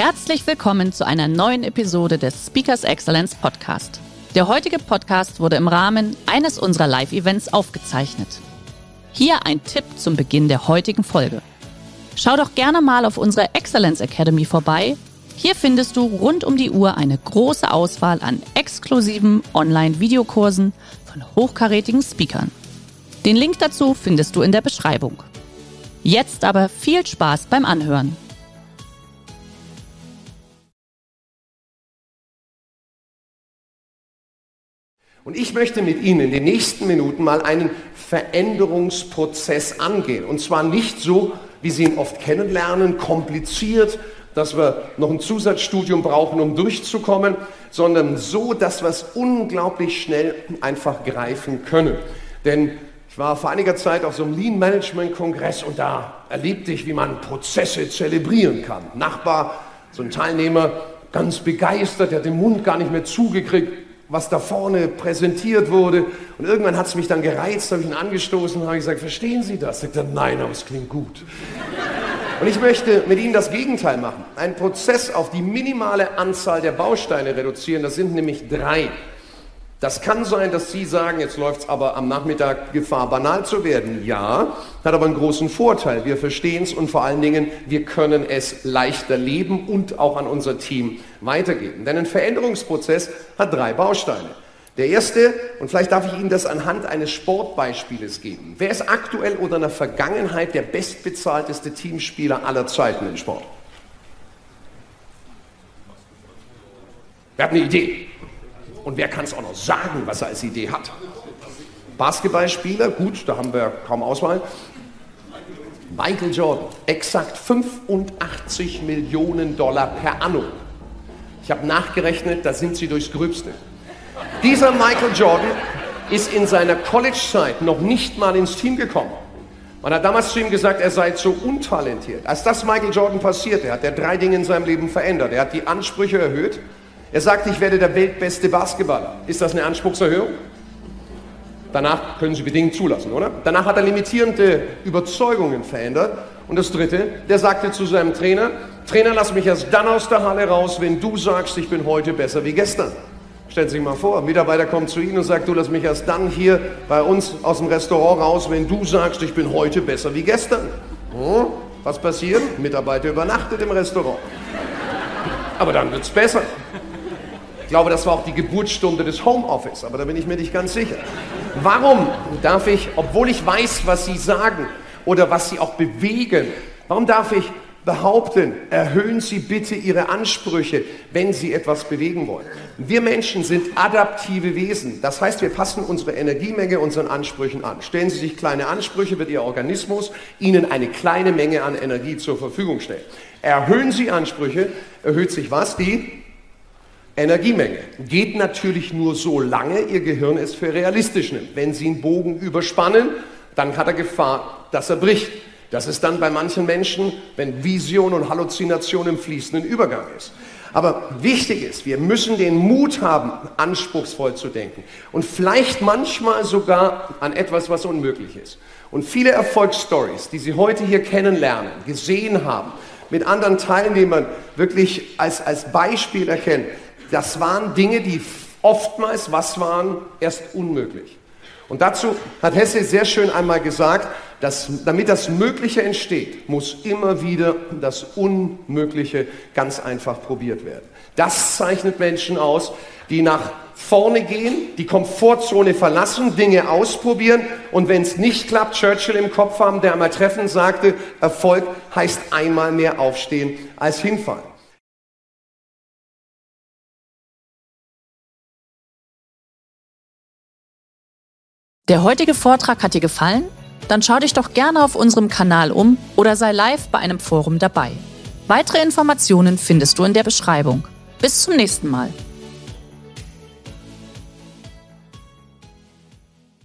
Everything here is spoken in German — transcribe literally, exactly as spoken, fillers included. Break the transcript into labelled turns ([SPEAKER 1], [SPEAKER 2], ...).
[SPEAKER 1] Herzlich willkommen zu einer neuen Episode des Speakers Excellence Podcast. Der heutige Podcast wurde im Rahmen eines unserer Live-Events aufgezeichnet. Hier ein Tipp zum Beginn der heutigen Folge. Schau doch gerne mal auf unserer Excellence Academy vorbei. Hier findest du rund um die Uhr eine große Auswahl an exklusiven Online-Videokursen von hochkarätigen Speakern. Den Link dazu findest du in der Beschreibung. Jetzt aber viel Spaß beim Anhören.
[SPEAKER 2] Und ich möchte mit Ihnen in den nächsten Minuten mal einen Veränderungsprozess angehen. Und zwar nicht so, wie Sie ihn oft kennenlernen, kompliziert, dass wir noch ein Zusatzstudium brauchen, um durchzukommen, sondern so, dass wir es unglaublich schnell einfach greifen können. Denn ich war vor einiger Zeit auf so einem Lean-Management-Kongress und da erlebte ich, wie man Prozesse zelebrieren kann. Nachbar, so ein Teilnehmer, ganz begeistert, der hat den Mund gar nicht mehr zugekriegt, was da vorne präsentiert wurde. Und irgendwann hat es mich dann gereizt, habe ich ihn angestoßen und habe gesagt, verstehen Sie das? Sagt er, nein, aber es klingt gut. Und ich möchte mit Ihnen das Gegenteil machen. Einen Prozess auf die minimale Anzahl der Bausteine reduzieren, das sind nämlich drei. Das kann sein, dass Sie sagen, jetzt läuft es aber am Nachmittag Gefahr, banal zu werden. Ja, hat aber einen großen Vorteil. Wir verstehen es und vor allen Dingen, wir können es leichter leben und auch an unser Team weitergeben. Denn ein Veränderungsprozess hat drei Bausteine. Der erste, und vielleicht darf ich Ihnen das anhand eines Sportbeispieles geben. Wer ist aktuell oder in der Vergangenheit der bestbezahlteste Teamspieler aller Zeiten im Sport? Wer hat eine Idee? Und wer kann es auch noch sagen, was er als Idee hat? Basketballspieler, gut, da haben wir kaum Auswahl. Michael Jordan, exakt fünfundachtzig Millionen Dollar per Anno. Ich habe nachgerechnet, da sind Sie durchs Gröbste. Dieser Michael Jordan ist in seiner College-Zeit noch nicht mal ins Team gekommen. Man hat damals zu ihm gesagt, er sei zu untalentiert. Als das Michael Jordan passierte, hat er drei Dinge in seinem Leben verändert. Er hat die Ansprüche erhöht. Er sagte, ich werde der weltbeste Basketballer. Ist das eine Anspruchserhöhung? Danach können Sie bedingt zulassen, oder? Danach hat er limitierende Überzeugungen verändert. Und das Dritte, der sagte zu seinem Trainer, Trainer, lass mich erst dann aus der Halle raus, wenn du sagst, ich bin heute besser wie gestern. Stellen Sie sich mal vor, ein Mitarbeiter kommt zu Ihnen und sagt, du lass mich erst dann hier bei uns aus dem Restaurant raus, wenn du sagst, ich bin heute besser wie gestern. Hm? Was passiert? Ein Mitarbeiter übernachtet im Restaurant. Aber dann wird's besser. Ich glaube, das war auch die Geburtsstunde des Homeoffice, aber da bin ich mir nicht ganz sicher. Warum darf ich, obwohl ich weiß, was Sie sagen oder was Sie auch bewegen, warum darf ich behaupten, erhöhen Sie bitte Ihre Ansprüche, wenn Sie etwas bewegen wollen? Wir Menschen sind adaptive Wesen. Das heißt, wir passen unsere Energiemenge unseren Ansprüchen an. Stellen Sie sich kleine Ansprüche, wird Ihr Organismus Ihnen eine kleine Menge an Energie zur Verfügung stellen. Erhöhen Sie Ansprüche, erhöht sich was? Die Energiemenge. Geht natürlich nur so lange, Ihr Gehirn es für realistisch nimmt. Wenn Sie einen Bogen überspannen, dann hat er Gefahr, dass er bricht. Das ist dann bei manchen Menschen, wenn Vision und Halluzination im fließenden Übergang ist. Aber wichtig ist, wir müssen den Mut haben, anspruchsvoll zu denken. Und vielleicht manchmal sogar an etwas, was unmöglich ist. Und viele Erfolgsstories, die Sie heute hier kennenlernen, gesehen haben, mit anderen Teilnehmern wirklich als, als Beispiel erkennen, das waren Dinge, die oftmals, was waren, erst unmöglich. Und dazu hat Hesse sehr schön einmal gesagt, dass damit das Mögliche entsteht, muss immer wieder das Unmögliche ganz einfach probiert werden. Das zeichnet Menschen aus, die nach vorne gehen, die Komfortzone verlassen, Dinge ausprobieren und wenn es nicht klappt, Churchill im Kopf haben, der einmal treffend sagte, Erfolg heißt einmal mehr aufstehen als hinfallen.
[SPEAKER 1] Der heutige Vortrag hat dir gefallen? Dann schau dich doch gerne auf unserem Kanal um oder sei live bei einem Forum dabei. Weitere Informationen findest du in der Beschreibung. Bis zum nächsten Mal.